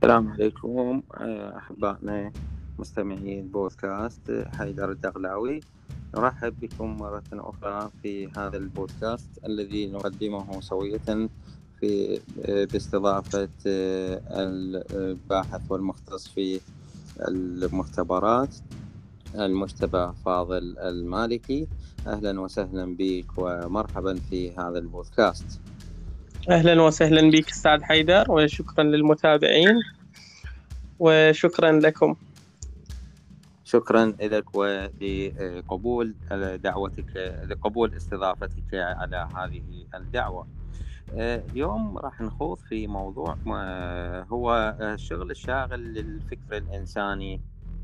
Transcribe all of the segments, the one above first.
السلام عليكم أحبائنا مستمعي البودكاست حيدر الدغلاوي. نرحب بكم مرة أخرى في هذا البودكاست الذي نقدمه سوية باستضافة الباحث والمختص في المختبرات المجتبى فاضل المالكي. أهلا وسهلا بك ومرحبا في هذا البودكاست. أهلا وسهلا بك أستاذ حيدر، وشكرا للمتابعين وشكرا لكم. شكرا لك ولقبول دعوتك، لقبول استضافتك على هذه الدعوة. اليوم راح نخوض في موضوع هو الشغل الشاغل للفكر الإنساني،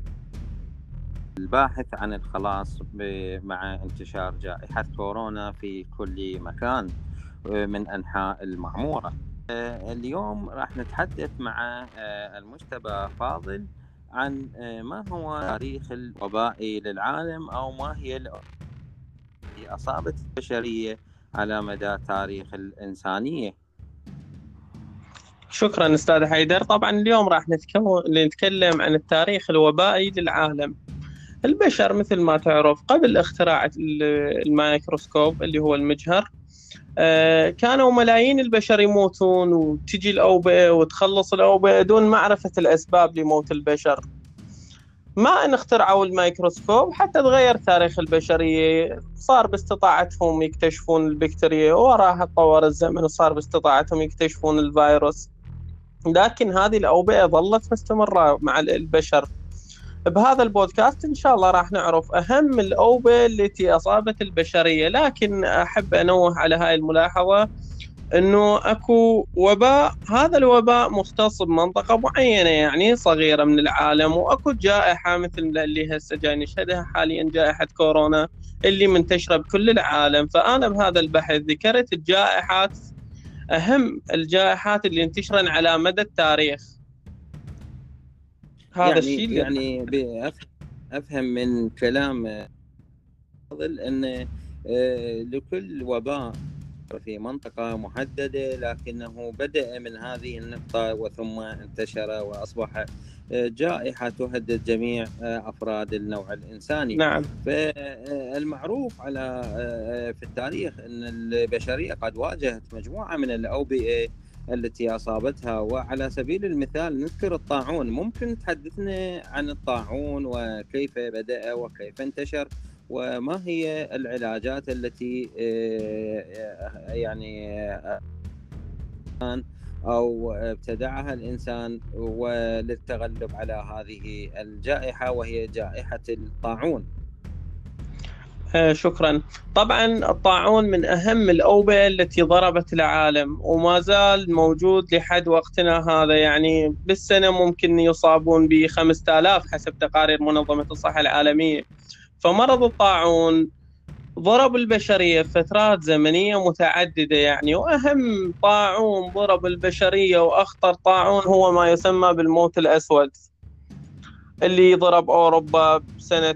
الباحث عن الخلاص مع انتشار جائحة كورونا في كل مكان من أنحاء المعمورة. اليوم راح نتحدث مع المجتبى فاضل عن ما هو تاريخ الوباء للعالم، أو ما هي التي أصابت البشرية على مدى تاريخ الإنسانية. شكرا أستاذ حيدر. طبعا اليوم راح نتكلم عن التاريخ الوبائي للعالم. البشر مثل ما تعرف قبل اختراع الميكروسكوب اللي هو المجهر، كانوا ملايين البشر يموتون، وتجي الأوبئة وتخلص الأوبئة دون معرفة الأسباب لموت البشر. ما أن اخترعوا الميكروسكوب حتى تغير تاريخ البشرية، صار باستطاعتهم يكتشفون البكتيريا، وراها تطور الزمن وصار باستطاعتهم يكتشفون الفيروس، لكن هذه الأوبئة ظلت مستمرة مع البشر. بهذا البودكاست إن شاء الله راح نعرف أهم الأوبئة التي أصابت البشرية، لكن أحب أنوه على هاي الملاحظة أنه أكو وباء، هذا الوباء مختص بمنطقة معينة يعني صغيرة من العالم، وأكو جائحة مثل اللي هسه جاي نشهدها حاليا، جائحة كورونا اللي منتشرة بكل العالم. فأنا بهذا البحث ذكرت الجائحات، أهم الجائحات اللي انتشرن على مدى التاريخ. هذا الشيء يعني أفهم من كلام فاضل أن لكل وباء في منطقة محددة، لكنه بدأ من هذه النقطة وثم انتشر وأصبح جائحة تهدد جميع أفراد النوع الإنساني. نعم. فالمعروف في التاريخ أن البشرية قد واجهت مجموعة من الأوبئة التي أصابتها، وعلى سبيل المثال نذكر الطاعون. ممكن تحدثنا عن الطاعون وكيف بدأ وكيف انتشر، وما هي العلاجات التي يعني أو ابتدعها الإنسان وللتغلب على هذه الجائحة، وهي جائحة الطاعون؟ شكرا. طبعا الطاعون من أهم الأوبئة التي ضربت العالم، وما زال موجود لحد وقتنا هذا. يعني بالسنة ممكن يصابون ب 5000 حسب تقارير منظمة الصحة العالمية. فمرض الطاعون ضرب البشرية فترات زمنية متعددة يعني، وأهم طاعون ضرب البشرية وأخطر طاعون هو ما يسمى بالموت الأسود، اللي ضرب أوروبا بسنة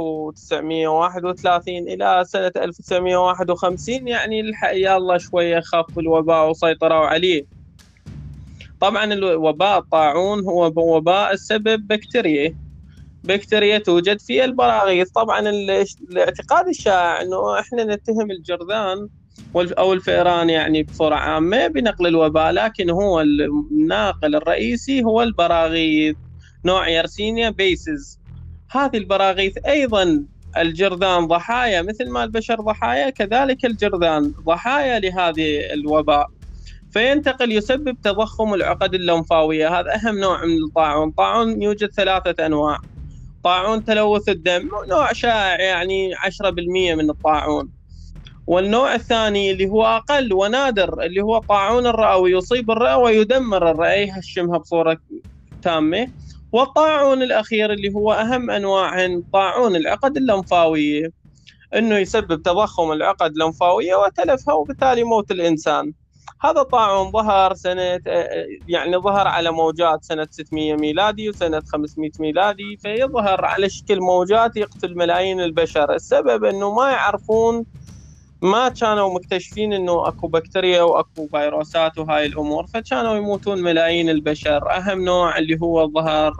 1931 إلى سنة 1951. يعني يا الله شوية خف الوباء وسيطروا عليه. طبعا الوباء الطاعون هو وباء السبب بكتيريا توجد في البراغيث. طبعا الاعتقاد الشائع انه احنا نتهم الجرذان او الفئران يعني بصورة عامة بنقل الوباء، لكن هو الناقل الرئيسي هو البراغيث، نوع يرسينيا بيسز. هذه البراغيث ايضا الجرذان ضحايا، مثل ما البشر ضحايا كذلك الجرذان ضحايا لهذه الوباء. فينتقل يسبب تضخم العقد اللمفاوية. هذا أهم نوع من الطاعون. الطاعون يوجد 3 أنواع. طاعون تلوث الدم نوع شائع يعني 10% من الطاعون، والنوع الثاني اللي هو أقل ونادر اللي هو طاعون الرئوي، يصيب الرئة ويدمر الرئة، يهشمها بصورة تامة. والطاعون الأخير اللي هو أهم أنواع طاعون العقد اللمفاوية، أنه يسبب تضخم العقد اللمفاوية وتلفها وبالتالي موت الإنسان. هذا الطاعون ظهر يعني ظهر على موجات سنة 600 ميلادي وسنة 500 ميلادي، فيظهر على شكل موجات يقتل ملايين البشر. السبب أنه ما يعرفون ما كانوا مكتشفين انه اكو بكتيريا واكو فيروسات وهاي الامور، فكانوا يموتون ملايين البشر. اهم نوع اللي هو ظهر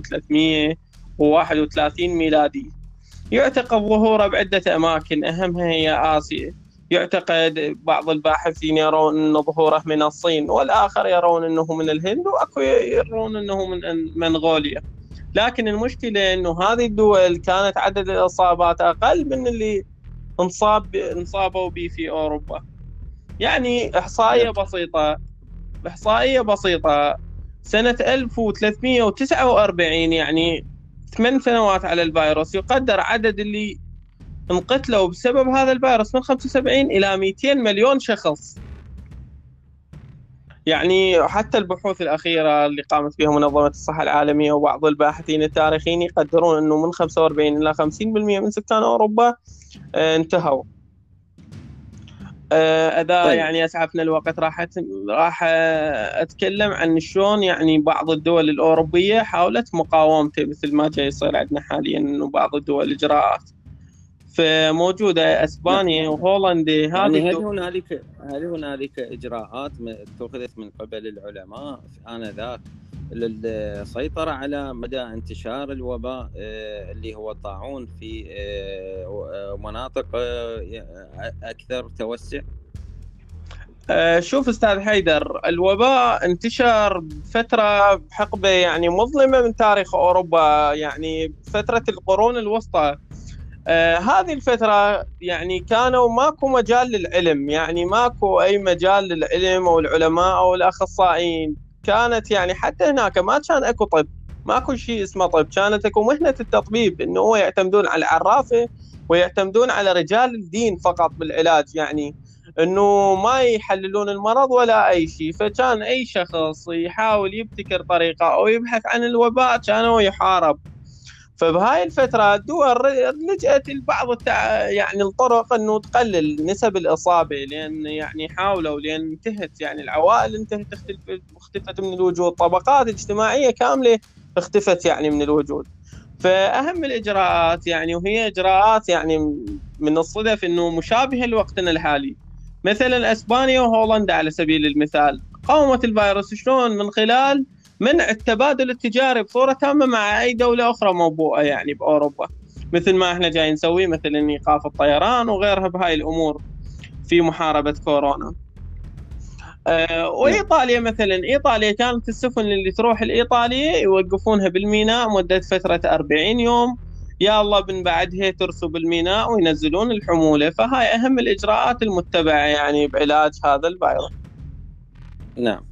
1331 ميلادي، يعتقد ظهوره بعدة أماكن أهمها هي آسيا. يعتقد بعض الباحثين يرون أن ظهوره من الصين، والآخر يرون أنه من الهند، وأكو يرون أنه من منغوليا. لكن المشكلة أنه هذه الدول كانت عدد الإصابات أقل من اللي انصابوا به في أوروبا. يعني إحصائية بسيطة، سنة 1349 يعني 8 سنوات على الفيروس، يقدر عدد اللي انقتلوا بسبب هذا الفيروس من 75 إلى 200 مليون شخص. يعني حتى البحوث الأخيرة اللي قامت بها منظمة الصحة العالمية وبعض الباحثين التاريخيين يقدرون أنه من 45 إلى 50% من سكان أوروبا انتهوا. أذا طيب. يعني أسعفنا الوقت، راح أتكلم عن شلون يعني بعض الدول الأوروبية حاولت مقاومته، مثل ما جاي يصير عندنا حاليا إنه بعض الدول إجراءات. فموجودة أسبانيا وهولندا هذه يعني الدول. هل هنالك إجراءات اتخذت من قبل العلماء آنذاك للسيطرة على مدى انتشار الوباء اللي هو الطاعون في مناطق أكثر توسع؟ شوف أستاذ حيدر، الوباء انتشر بفترة حقبة يعني مظلمة من تاريخ أوروبا، يعني فترة القرون الوسطى. هذه الفترة يعني كانوا ماكو مجال للعلم، يعني ماكو أي مجال للعلم أو العلماء أو الأخصائيين. كانت يعني حتى هناك ما كان أكو طب، ماكو شيء اسمه طب، كانت أكو مهنة التطبيب، إنه هو يعتمدون على العرافة ويعتمدون على رجال الدين فقط بالعلاج، يعني إنه ما يحللون المرض ولا أي شيء. فكان أي شخص يحاول يبتكر طريقة أو يبحث عن الوباء كانوا يحارب. فبهاي الفترة الدول لجأت لبعض يعني الطرق انه تقلل نسب الإصابة، لأن يعني حاولوا، لأن انتهت يعني العوائل انتهت، اختفت من الوجود، طبقات اجتماعية كاملة اختفت يعني من الوجود. فأهم الإجراءات يعني، وهي إجراءات يعني من الصدف انه مشابهة لوقتنا الحالي، مثلا اسبانيا وهولندا على سبيل المثال قاومت الفيروس شلون؟ من خلال منع التبادل التجاري بصورة تامة مع أي دولة أخرى موبوءة يعني بأوروبا، مثل ما احنا جاي نسوي، مثلا إيقاف الطيران وغيرها بهاي الأمور في محاربة كورونا. وإيطاليا مثلا، إيطاليا كانت السفن اللي تروح لإيطاليا يوقفونها بالميناء مدة فترة 40 يوم، يا الله من بعدها ترسوا بالميناء وينزلون الحمولة. فهاي أهم الإجراءات المتبعة يعني بعلاج هذا الفيروس. نعم.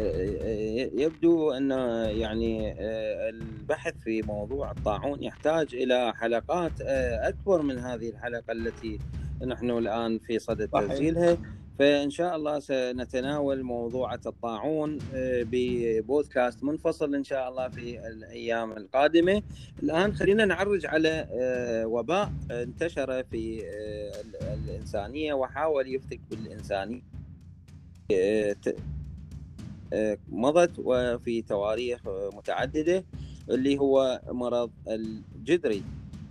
يبدو أن يعني البحث في موضوع الطاعون يحتاج إلى حلقات أكبر من هذه الحلقة التي نحن الآن في صدد تسجيلها. فإن شاء الله سنتناول موضوع الطاعون ببودكاست منفصل إن شاء الله في الأيام القادمة. الآن خلينا نعرج على وباء انتشر في الإنسانية وحاول يفتك بالإنسانية مضت وفي تواريخ متعددة، اللي هو مرض الجدري.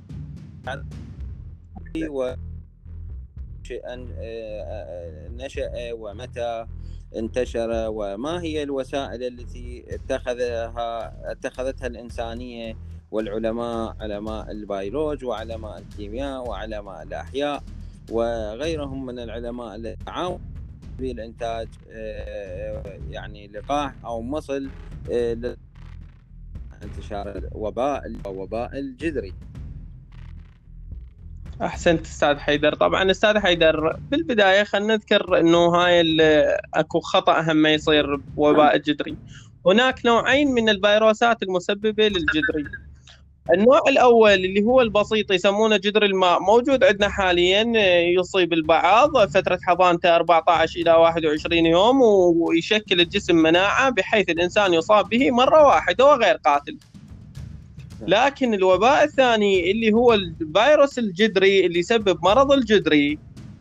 نشأ ومتى انتشر، وما هي الوسائل التي اتخذتها الإنسانية والعلماء، علماء البيولوج وعلماء الكيمياء وعلماء الأحياء وغيرهم من العلماء الذين تعاونوا بالإنتاج يعني لقاح أو مصل لانتشار وباء الجدري. أحسنت أستاذ حيدر. طبعا أستاذ حيدر، بالبداية خلينا نذكر أنه هاي أكو خطأ أهم ما يصير بوباء الجدري. هناك نوعين من الفيروسات المسببة للجدري. النوع الأول اللي هو البسيط يسمونه جدر الماء، موجود عندنا حاليا، يصيب البعض فترة حضانته 14 إلى 21 يوم، ويشكل الجسم مناعة بحيث الإنسان يصاب به مرة واحدة وغير قاتل. لكن الوباء الثاني اللي هو الفيروس الجدري اللي يسبب مرض الجدري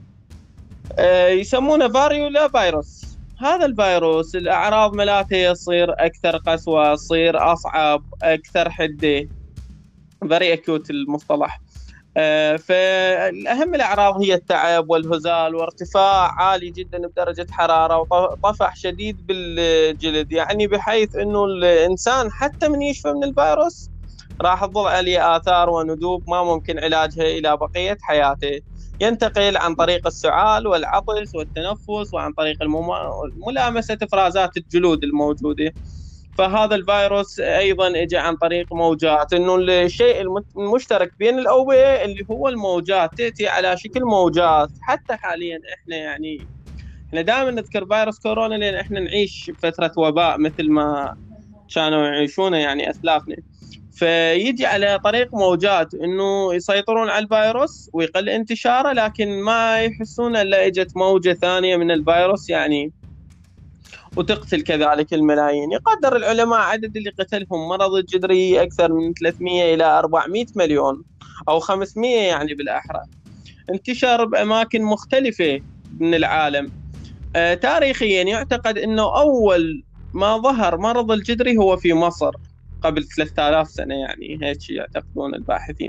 يسمونه فاريولا فيروس. هذا الفيروس الأعراض ملاته يصير أكثر قسوة، يصير أصعب، أكثر حدة، very acute المصطلح. فالأهم الأعراض هي التعب والهزال وارتفاع عالي جدا بدرجة حرارة وطفح شديد بالجلد، يعني بحيث أنه الإنسان حتى من يشفى من الفيروس راح تظل عليه آثار وندوب ما ممكن علاجها إلى بقية حياته. ينتقل عن طريق السعال والعطس والتنفس وعن طريق ملامسة إفرازات الجلود الموجودة. فهذا الفيروس ايضا اجى عن طريق موجات، انه الشيء المشترك بين الاوبئه اللي هو الموجات تاتي على شكل موجات. حتى حاليا احنا دائما نذكر فيروس كورونا لان احنا نعيش فتره وباء مثل ما كانوا يعيشونه يعني اسلافنا، فيجي على طريق موجات انه يسيطرون على الفيروس ويقل انتشاره، لكن ما يحسون الا اجت موجه ثانيه من الفيروس يعني وتقتل كذلك الملايين. يقدر العلماء عدد اللي قتلهم مرض الجدري أكثر من 300 إلى 400 مليون أو 500 يعني بالأحرى. انتشر بأماكن مختلفة من العالم. تاريخيا يعتقد أنه أول ما ظهر مرض الجدري هو في مصر قبل 3000 سنة، يعني هيك يعتقدون الباحثين.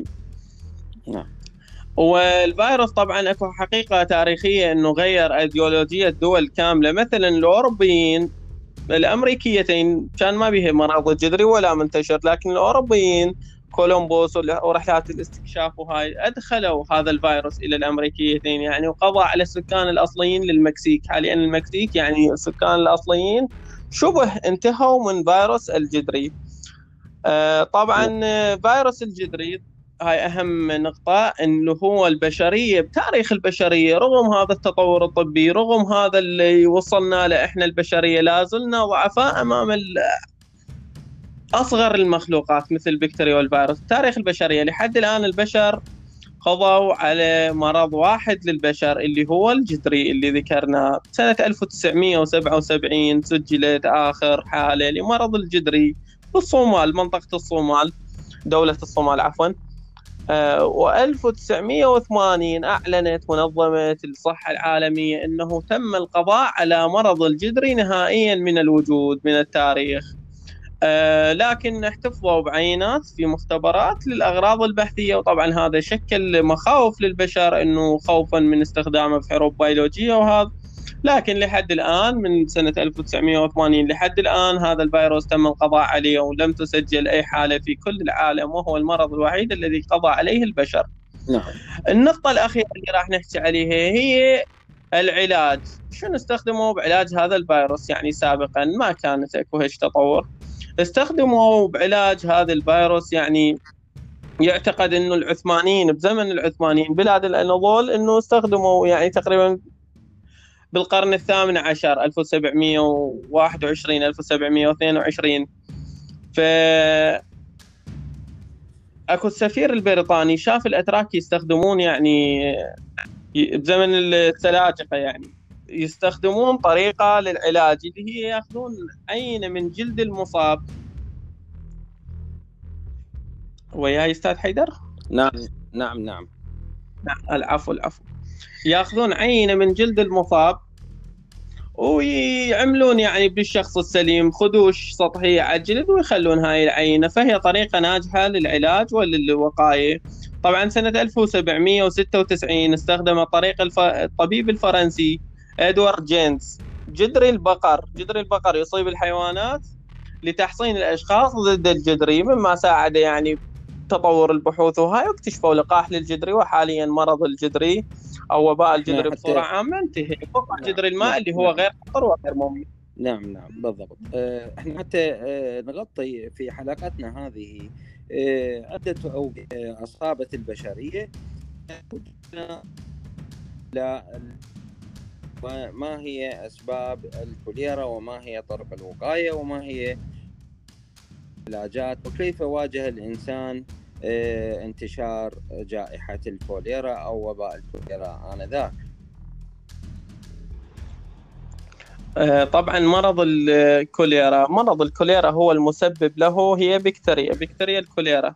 والفيروس طبعا اكو حقيقه تاريخيه انه غير ايديولوجيه دول كامله. مثلا الاوروبيين الامريكيتين كان ما بيها مرض الجدري ولا منتشر، لكن الاوروبيين كولومبوس ورحلات الاستكشاف وهاي ادخلوا هذا الفيروس الى الامريكيتين يعني، وقضى على السكان الاصليين للمكسيك. حاليا المكسيك يعني السكان الاصليين شبه انتهوا من فيروس الجدري. طبعا فيروس الجدري هاي أهم نقطة، إنه هو البشرية بتاريخ البشرية رغم هذا التطور الطبي، رغم هذا اللي وصلنا له إحنا البشرية، لازلنا ضعفاء أمام أصغر المخلوقات مثل البكتيريا والفيروس. تاريخ البشرية لحد الآن البشر قضوا على مرض واحد للبشر اللي هو الجدري اللي ذكرناه. سنة 1977 سجلت آخر حالة لمرض الجدري بالصومال، منطقة الصومال، دولة الصومال عفواً. و1980 أعلنت منظمة الصحة العالمية أنه تم القضاء على مرض الجدري نهائيا من الوجود من التاريخ. لكن احتفظوا بعينات في مختبرات للأغراض البحثية، وطبعا هذا شكل مخاوف للبشر أنه خوفا من استخدامه في حروب بيولوجية وهذا. لكن لحد الآن من سنة 1980 لحد الآن هذا الفيروس تم القضاء عليه ولم تسجل أي حالة في كل العالم، وهو المرض الوحيد الذي قضى عليه البشر. نعم. النقطة الأخيرة اللي راح نحكي عليها هي العلاج. شنو استخدموا بعلاج هذا الفيروس؟ يعني سابقا ما كانت اكو هيك تطور. استخدموا بعلاج هذا الفيروس يعني يعتقد انه العثمانيين بزمن العثمانيين بلاد الاناضول انه استخدموا يعني تقريبا بالقرن الثامن عشر 1721 1722. ف اكو السفير البريطاني شاف الاتراك يستخدمون يعني بزمن السلاجقه يعني يستخدمون طريقه للعلاج اللي هي ياخذون عينه من جلد المصاب. وياي استاذ حيدر؟ نعم نعم نعم. العفو. ياخذون عينه من جلد المصاب ويعملون يعني بالشخص السليم خدوش سطحية على الجلد ويخلون هاي العينة، فهي طريقة ناجحة للعلاج وللوقاية. طبعا سنة 1796 استخدم الطبيب الفرنسي إدوارد جينز جدري البقر يصيب الحيوانات لتحصين الأشخاص ضد الجدري، مما ساعد يعني تطور البحوث وهاي، واكتشفوا لقاح للجدري. وحاليا مرض الجدري او وباء الجدري بصوره عامه انتهى. فقط جدري الماء اللي هو غير خطر وغير مميت. نعم بالضبط. احنا حتى نغطي في حلقتنا هذه عده اوبئه اصابت البشريه. لا، ما هي اسباب الكوليرا وما هي طرق الوقايه وما هي العلاجات وكيف واجه الانسان انتشار جائحة الكوليرا أو وباء الكوليرا آنذاك. طبعا مرض الكوليرا هو المسبب له هي بكتيريا الكوليرا.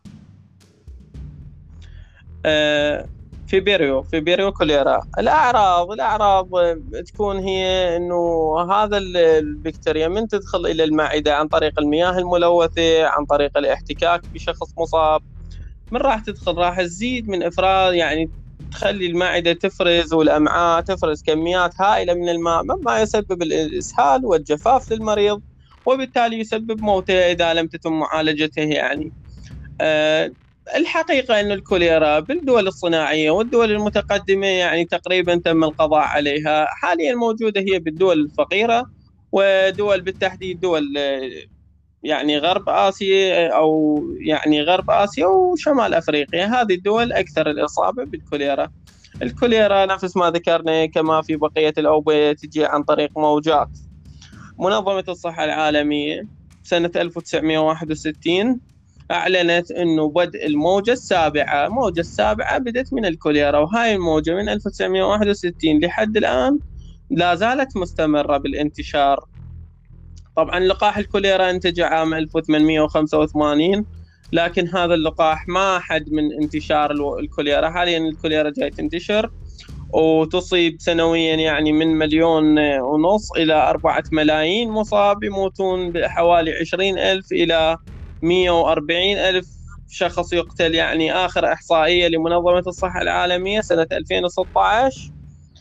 فيبريو كوليرا. الأعراض تكون هي إنه هذا البكتيريا من تدخل إلى المعدة عن طريق المياه الملوثة، عن طريق الاحتكاك بشخص مصاب، من راح تدخل راح تزيد من افراز، يعني تخلي المعدة تفرز والأمعاء تفرز كميات هائلة من الماء، مما يسبب الإسهال والجفاف للمريض، وبالتالي يسبب موته إذا لم تتم معالجته يعني. الحقيقة أن الكوليرا بالدول الصناعية والدول المتقدمة يعني تقريبا تم القضاء عليها. حاليا موجودة هي بالدول الفقيرة، ودول بالتحديد دول يعني غرب آسيا، أو يعني غرب آسيا وشمال أفريقيا. هذه الدول أكثر الإصابة بالكوليرا. الكوليرا نفس ما ذكرنا كما في بقية الأوبئة تجي عن طريق موجات. منظمة الصحة العالمية سنة 1961 أعلنت أنه بدء الموجة السابعة. الموجة السابعة بدأت من الكوليرا، وهاي الموجة من 1961 لحد الآن لا زالت مستمرة بالانتشار. طبعا لقاح الكوليرا انتج عام 1885، لكن هذا اللقاح ما حد من انتشار الكوليرا. حاليا الكوليرا جاي تنتشر وتصيب سنويا يعني من 1,500,000 إلى 4 ملايين مصاب، يموتون بحوالي 20,000 إلى 140,000 شخص يقتل. يعني آخر إحصائية لمنظمة الصحة العالمية سنة 2016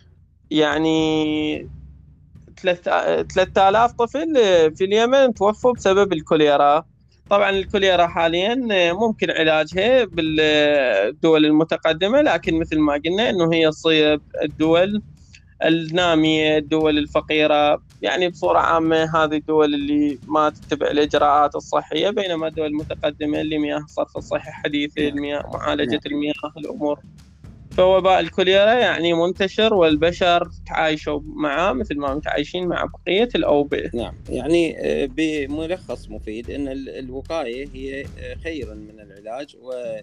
يعني 3000 طفل في اليمن توفوا بسبب الكوليرا. طبعا الكوليرا حاليا ممكن علاجها بالدول المتقدمة، لكن مثل ما قلنا انه هي تصيب الدول النامية، الدول الفقيرة، يعني بصورة عامة هذه الدول اللي ما تتبع الإجراءات الصحية، بينما الدول المتقدمة اللي مياه الصرف الصحي حديثة، المياه معالجة المياه، الأمور. فوباء الكوليرا يعني منتشر، والبشر تعايشوا معه مثل ما متعايشين مع بقية الأوبئة. نعم، يعني بملخص مفيد أن الوقاية هي خير من العلاج،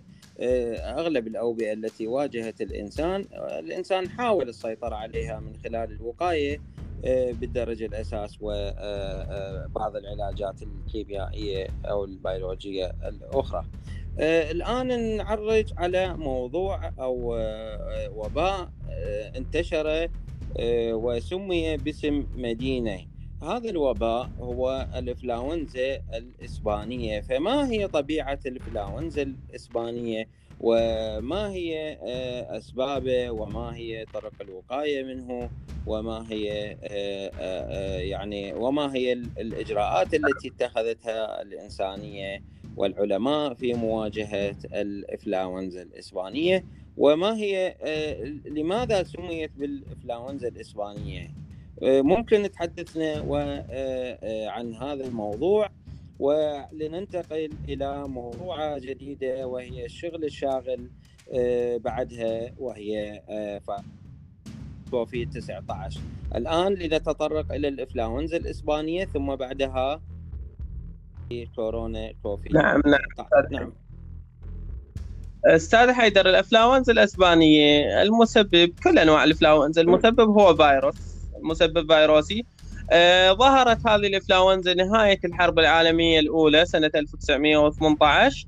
وأغلب الأوبئة التي واجهت الإنسان حاول السيطرة عليها من خلال الوقاية بالدرجة الأساس، وبعض العلاجات الكيميائية أو البيولوجية الأخرى. الآن نعرج على موضوع أو وباء انتشر وسمي باسم مدينة. هذا الوباء هو الإنفلونزا الإسبانية. فما هي طبيعة الإنفلونزا الإسبانية، وما هي أسبابه، وما هي طرق الوقاية منه، وما هي يعني وما هي الإجراءات التي اتخذتها الإنسانية والعلماء في مواجهة الإنفلونزا الإسبانية، وما هي لماذا سميت بالإنفلونزا الإسبانية؟ ممكن تحدثنا عن هذا الموضوع، ولننتقل إلى موضوع جديدة وهي الشغل الشاغل بعدها، وهي كوفيد 19. الآن لنتطرق إلى الإنفلونزا الإسبانية، ثم بعدها كورونا كوفيد. نعم. نعم أستاذ حيدر، الإنفلونزا الإسبانية المسبب كل أنواع الإنفلونزا، المسبب هو فيروس، مسبب فيروسي. ظهرت هذه الإنفلونزا نهاية الحرب العالمية الأولى سنة 1918،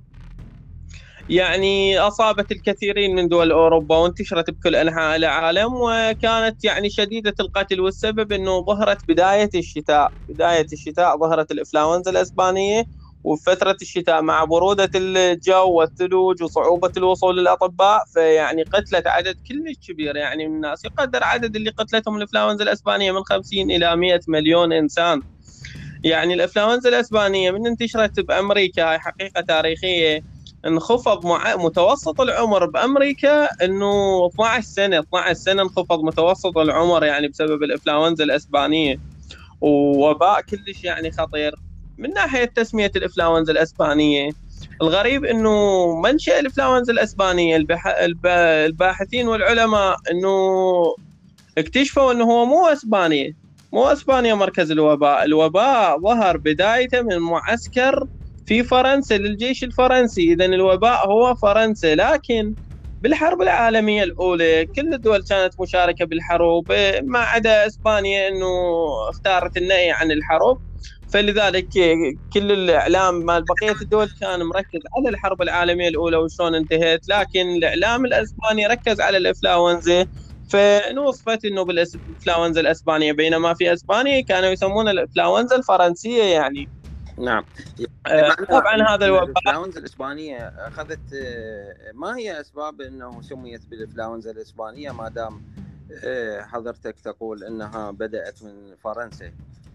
يعني أصابت الكثيرين من دول أوروبا وانتشرت بكل أنحاء العالم، وكانت يعني شديدة القتل. والسبب أنه ظهرت بداية الشتاء ظهرت الإنفلونزا الإسبانية، وفي فترة الشتاء مع برودة الجو والثلوج وصعوبة الوصول للأطباء، فيعني قتلت عدد كلش كبير يعني من الناس. يقدر عدد اللي قتلتهم الإنفلونزا الإسبانية من 50 إلى 100 مليون إنسان. يعني الإنفلونزا الإسبانية من انتشرت بأمريكا، هاي حقيقة تاريخية، انخفض متوسط العمر بأمريكا انه 12 سنة انخفض متوسط العمر يعني بسبب الإنفلونزا الإسبانية، ووباء كلش يعني خطير. من ناحية تسمية الإنفلونزا الإسبانية، الغريب انه منشأ الإنفلونزا الإسبانية الباحثين والعلماء انه اكتشفوا انه هو مو اسبانيا مركز الوباء ظهر بدايته من معسكر في فرنسا للجيش الفرنسي. اذا الوباء هو فرنسا، لكن بالحرب العالمية الأولى كل الدول كانت مشاركة بالحروب ما عدا إسبانيا أنه اختارت النهي عن الحرب، فلذلك كل الإعلام مال بقية الدول كان مركز على الحرب العالمية الأولى وشون انتهت، لكن الإعلام الإسباني ركز على الإنفلونزا، فنوصفت انه بالإنفلونزا الإسبانية، بينما في اسبانيا كانوا يسمون الإنفلونزا الفرنسية يعني. نعم. يعني معنى طبعا هذا ان الوباء. الانفلونزا الاسبانيه اخذت، ما هي اسباب انه سميت بالانفلونزا الاسبانيه ما دام حضرتك تقول انها بدات من فرنسا؟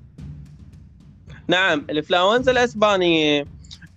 نعم، الانفلونزا الاسبانيه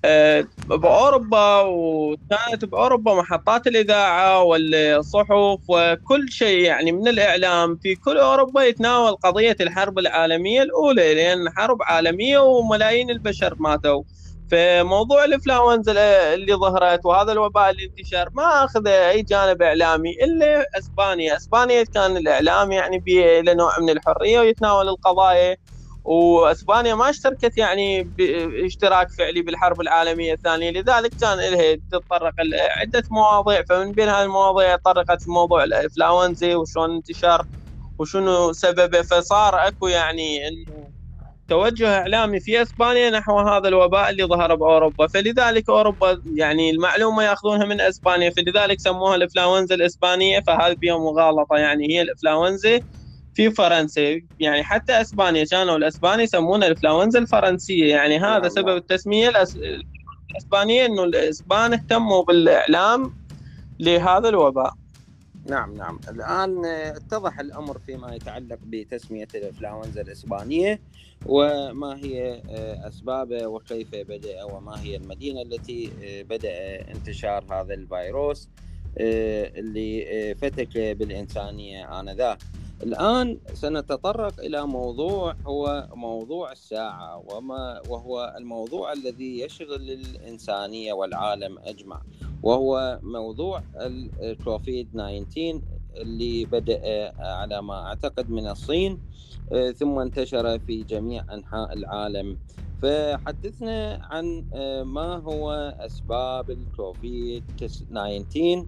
بأوروبا، وكانت بأوروبا محطات الإذاعة والصحف وكل شيء يعني من الإعلام في كل أوروبا يتناول قضية الحرب العالمية الأولى، لأن حرب عالمية وملايين البشر ماتوا. فموضوع الإنفلونزا اللي ظهرت وهذا الوباء اللي انتشر ما أخذ أي جانب إعلامي إلا إسبانيا. إسبانيا كان الإعلام يعني له نوع من الحرية ويتناول القضايا، واسبانيا ما اشتركت يعني باشتراك فعلي بالحرب العالميه الثانيه، لذلك كان لها تتطرق عده مواضيع، فمن بين هذه المواضيع تطرقت موضوع الانفلونزا وشلون انتشر وشنو سببه. فصار اكو يعني انه توجه اعلامي في اسبانيا نحو هذا الوباء اللي ظهر باوروبا، فلذلك اوروبا يعني المعلومه ياخذونها من اسبانيا، فلذلك سموها الانفلونزا الاسبانيه. فهذه فيها مغالطه، يعني هي الانفلونزا في فرنسا، يعني حتى اسبانيا كانوا الاسبان يسمونها الانفلونزا الفرنسيه، يعني هذا نعم. سبب نعم. التسميه الاسبانيه، انه الاسبان اهتموا بالاعلام لهذا الوباء. نعم. نعم. الآن اتضح الأمر فيما يتعلق بتسمية الإنفلونزا الإسبانية، وما هي أسبابه وكيف بدأ، وما هي المدينة التي بدأ انتشار هذا الفيروس اللي فتك بالإنسانية آنذاك. الآن سنتطرق إلى موضوع هو موضوع الساعة، وهو الموضوع الذي يشغل الإنسانية والعالم أجمع، وهو موضوع الكوفيد 19 اللي بدأ على ما أعتقد من الصين، ثم انتشر في جميع أنحاء العالم. فحدثنا عن ما هو أسباب الكوفيد 19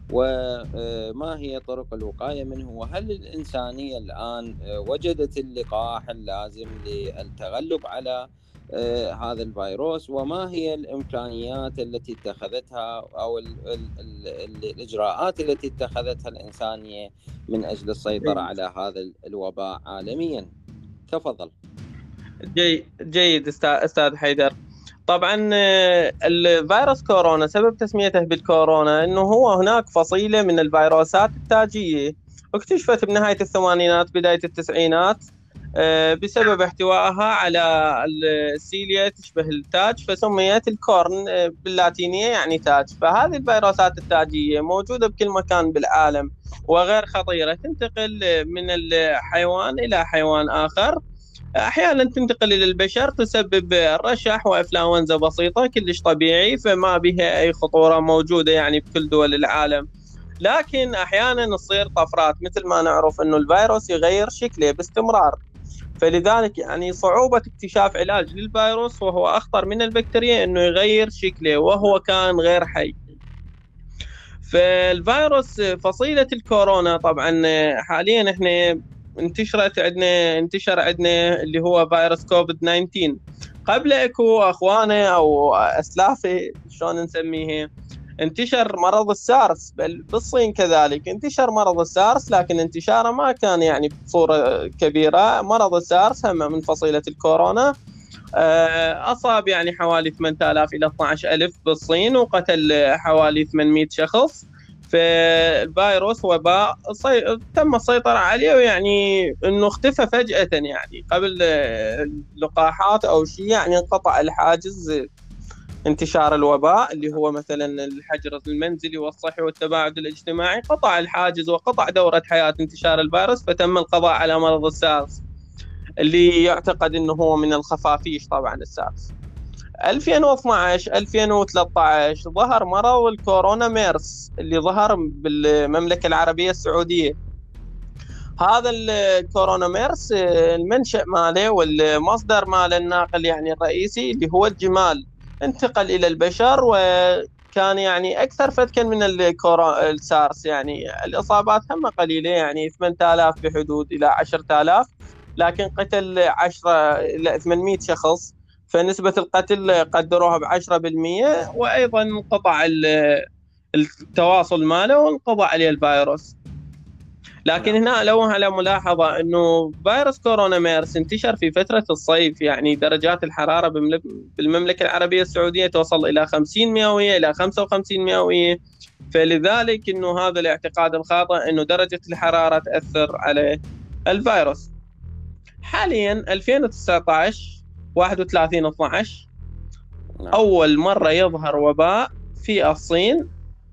وما هي طرق الوقاية منه، وهل الإنسانية الآن وجدت اللقاح اللازم للتغلب على هذا الفيروس، وما هي الإمكانيات التي اتخذتها أو الإجراءات التي اتخذتها الإنسانية من أجل السيطرة على هذا الوباء عالميا؟ تفضل. جيد استاذ حيدر. طبعا الفيروس كورونا سبب تسميته بالكورونا انه هو هناك فصيله من الفيروسات التاجيه اكتشفت بنهايه الثمانينات بدايه التسعينات بسبب احتوائها على السيليا تشبه التاج، فسميت الكورن باللاتينيه يعني تاج. فهذه الفيروسات التاجيه موجوده بكل مكان بالعالم وغير خطيره، تنتقل من الحيوان الى حيوان اخر، احيانا تنتقل الى البشر، تسبب رشح وانفلونزا بسيطه كلش طبيعي، فما بها اي خطوره موجوده يعني بكل دول العالم. لكن احيانا تصير طفرات، مثل ما نعرف انه الفيروس يغير شكله باستمرار، فلذلك يعني صعوبه اكتشاف علاج للفيروس، وهو اخطر من البكتيريا انه يغير شكله وهو كان غير حي. فالفيروس فصيله الكورونا طبعا حاليا احنا انتشر عندنا اللي هو فيروس كوفيد 19. قبل اكو اخوانه او اسلافه شلون نسميه، انتشر مرض السارس، بل بالصين كذلك انتشر مرض السارس، لكن انتشاره ما كان يعني بصورة كبيرة. مرض السارس هم من فصيلة الكورونا، أصاب يعني حوالي 8000 إلى 12000 بالصين، وقتل حوالي 800 شخص. فالفيروس وباء تم السيطرة عليه، ويعني انه اختفى فجأة، يعني قبل اللقاحات او شيء يعني انقطع الحاجز انتشار الوباء اللي هو مثلا الحجر المنزلي والصحي والتباعد الاجتماعي، قطع الحاجز وقطع دورة حياة انتشار الفيروس، فتم القضاء على مرض السارس اللي يعتقد انه هو من الخفافيش. طبعا السارس 2012 2013 ظهر مرض الكورونا ميرس اللي ظهر بالمملكة العربية السعودية. هذا الكورونا ميرس المنشأ ماله والمصدر ماله الناقل يعني الرئيسي اللي هو الجمال، انتقل إلى البشر، وكان يعني أكثر فتكا من السارس. يعني الإصابات هم قليلة، يعني 8000 بحدود إلى 10000، لكن قتل 10 إلى 800 شخص، فنسبة القتل قدروها ب10%، وأيضا انقطع التواصل ماله وانقضى عليه الفيروس. لكن هنا لو على ملاحظة أنه فيروس كورونا ميرس انتشر في فترة الصيف، يعني درجات الحرارة بالمملكة العربية السعودية توصل إلى 50 مئوية إلى 55 مئوية، فلذلك أنه هذا الاعتقاد الخاطئ أنه درجة الحرارة تأثر على الفيروس. حاليا 2019 31/12 أول مرة يظهر وباء في الصين.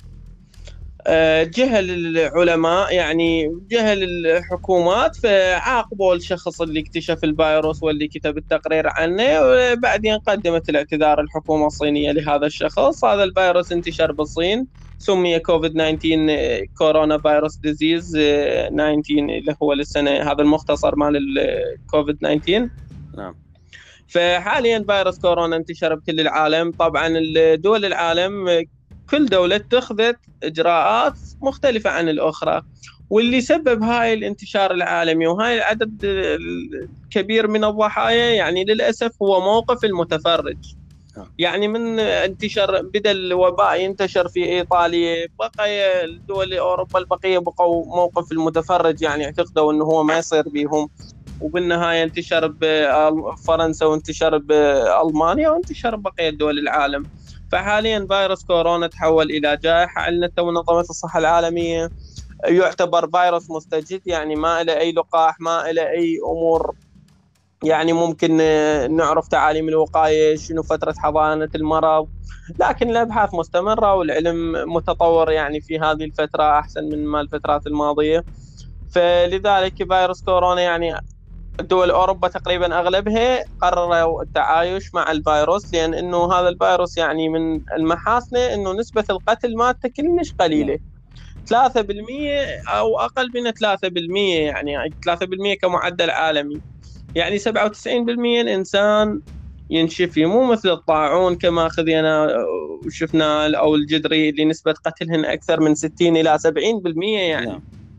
جهل العلماء يعني جهل الحكومات، فعاقبوا الشخص اللي اكتشف الفيروس واللي كتب التقرير عنه، وبعدين قدمت الاعتذار الحكومة الصينية لهذا الشخص. هذا الفيروس انتشر بالصين، سمي كوفيد 19 كورونا فيروس ديزيز 19 اللي هو للسنة، هذا المختصر مال الكوفيد 19. نعم. فحاليا فيروس كورونا انتشر بكل العالم. طبعا دول العالم كل دولة اتخذت إجراءات مختلفة عن الأخرى، واللي سبب هاي الانتشار العالمي وهاي العدد الكبير من الضحايا يعني للأسف هو موقف المتفرج. يعني من انتشر بدأ الوباء ينتشر في إيطاليا، بقى الدول أوروبا البقية بقوا موقف المتفرج، يعني اعتقدوا أنه هو ما يصير بيهم، وبالنهاية انتشر بفرنسا وانتشر بألمانيا وانتشر بقية دول العالم. فحاليا فيروس كورونا تحول إلى جائحة. أعلنته منظمة الصحة العالمية، يعتبر فيروس مستجد، يعني ما له أي لقاح، ما له أي أمور، يعني ممكن نعرف تعاليم الوقاية، شنو فترة حضانة المرض، لكن الأبحاث مستمرة والعلم متطور يعني في هذه الفترة أحسن من ما الفترات الماضية. فلذلك فيروس كورونا يعني دول أوروبا تقريبا أغلبها قرروا التعايش مع الفيروس، لأن إنه هذا الفيروس يعني من المحاسنه إنه نسبة القتل مالته كلش قليلة، 3% أو أقل من 3%، يعني 3% كمعدل عالمي، يعني 97% الإنسان ينشفي، مو مثل الطاعون كما خذينا وشفنا أو الجدري اللي نسبة قتلهن أكثر من 60 إلى 70% يعني.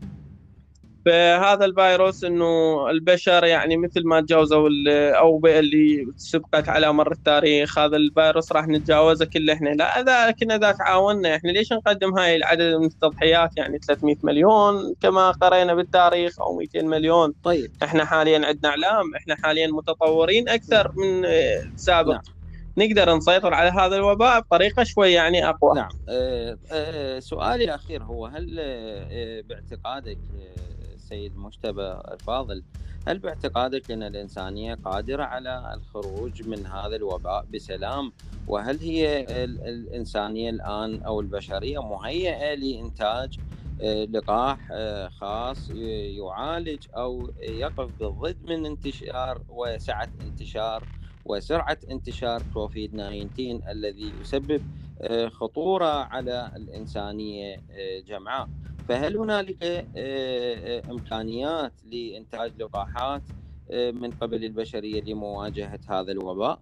فهذا الفيروس انه البشر يعني مثل ما تجاوزوا الاوبئه اللي سبقت على مر التاريخ، هذا الفيروس راح نتجاوزه كله احنا. لا كنا اذا تعاوننا احنا ليش نقدم هاي العدد من التضحيات، يعني 300 مليون كما قرينا بالتاريخ او 200 مليون. طيب احنا حاليا عندنا اعلام، احنا حاليا متطورين اكثر من السابق. نقدر نسيطر على هذا الوباء بطريقه شوي يعني اقوى. نعم. سؤالي الاخير هو هل باعتقادك سيد مجتبى الفاضل، هل باعتقادك أن الإنسانية قادرة على الخروج من هذا الوباء بسلام؟ وهل هي الإنسانية الآن أو البشرية مهيئة لإنتاج لقاح خاص يعالج أو يقف بالضد من انتشار وسرعة انتشار كوفيد 19 الذي يسبب خطورة على الإنسانية جمعاء؟ فهل هنالك إمكانيات لإنتاج لقاحات من قبل البشرية لمواجهة هذا الوباء؟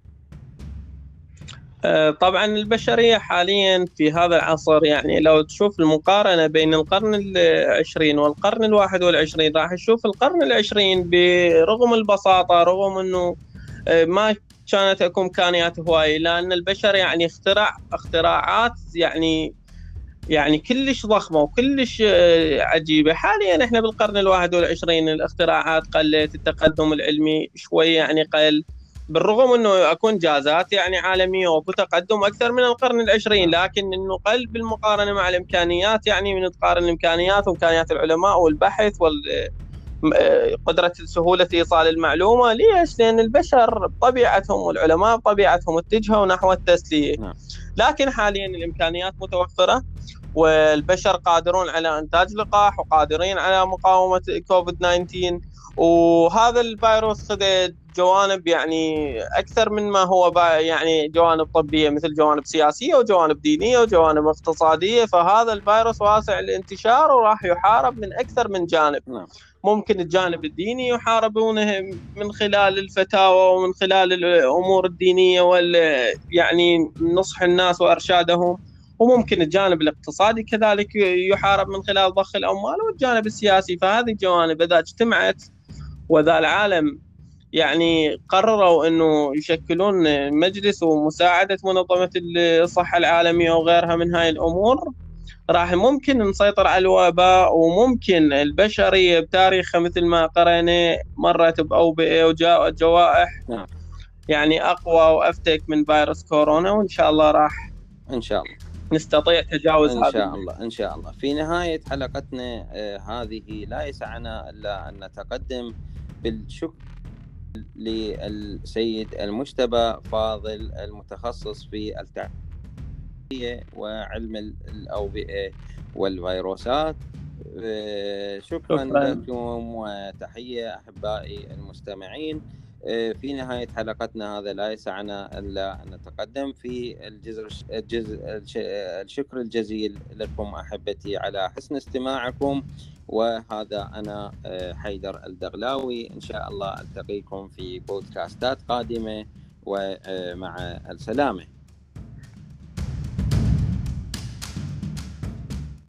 طبعا البشرية حاليا في هذا العصر، يعني لو تشوف المقارنة بين القرن العشرين والقرن الواحد والعشرين، راح تشوف القرن العشرين برغم البساطة، رغم أنه ما كانت اكو امكانيات هوايه، لان البشر يعني اخترع اختراعات يعني كلش ضخمه وكلش عجيبه. حاليا احنا بالقرن الواحد والعشرين الاختراعات قلت، التقدم العلمي شوي يعني قل، بالرغم انه اكو انجازات يعني عالميه وتقدم اكثر من القرن العشرين، لكن انه قل بالمقارنه مع الامكانيات. يعني من تقارن الامكانيات وامكانيات العلماء والبحث قدرة سهولة إيصال المعلومة، ليش؟ لأن البشر بطبيعتهم والعلماء بطبيعتهم اتجهوا نحو التسلية. لكن حاليا الإمكانيات متوفرة، والبشر قادرون على إنتاج لقاح وقادرين على مقاومة كوفيد 19. وهذا الفيروس خذ جوانب يعني أكثر من ما هو يعني جوانب طبية، مثل جوانب سياسية وجوانب دينية وجوانب اقتصادية. فهذا الفيروس واسع الانتشار وراح يحارب من أكثر من جانب. ممكن الجانب الديني يحاربونه من خلال الفتاوى ومن خلال الأمور الدينية يعني نصح الناس وإرشادهم، وممكن الجانب الاقتصادي كذلك يحارب من خلال ضخ الأموال، والجانب السياسي. فهذه الجوانب إذا اجتمعت وذا العالم يعني قرروا أنه يشكلون مجلس ومساعدة منظمة الصحة العالمية وغيرها من هاي الأمور، راح ممكن نسيطر على الوباء، وممكن البشرية بتاريخها مثل ما قرأنا مرت بأوبئة وجاءت جوائح نعم يعني أقوى وأفتك من فيروس كورونا، وإن شاء الله راح إن شاء الله. نستطيع تجاوز إن هذه شاء الله إن شاء الله. في نهاية حلقتنا هذه لا يسعنا إلا أن نتقدم بالشكر للسيد المجتبى فاضل المتخصص في التعبئة وعلم الأوبئة والفيروسات. شكرا لكم وتحية أحبائي المستمعين. في نهاية حلقتنا هذا لا يسعنا إلا أن نتقدم في الشكر الجزيل لكم أحبتي على حسن استماعكم. وهذا أنا حيدر الدغلاوي، إن شاء الله ألتقيكم في بودكاستات قادمة، ومع السلامة.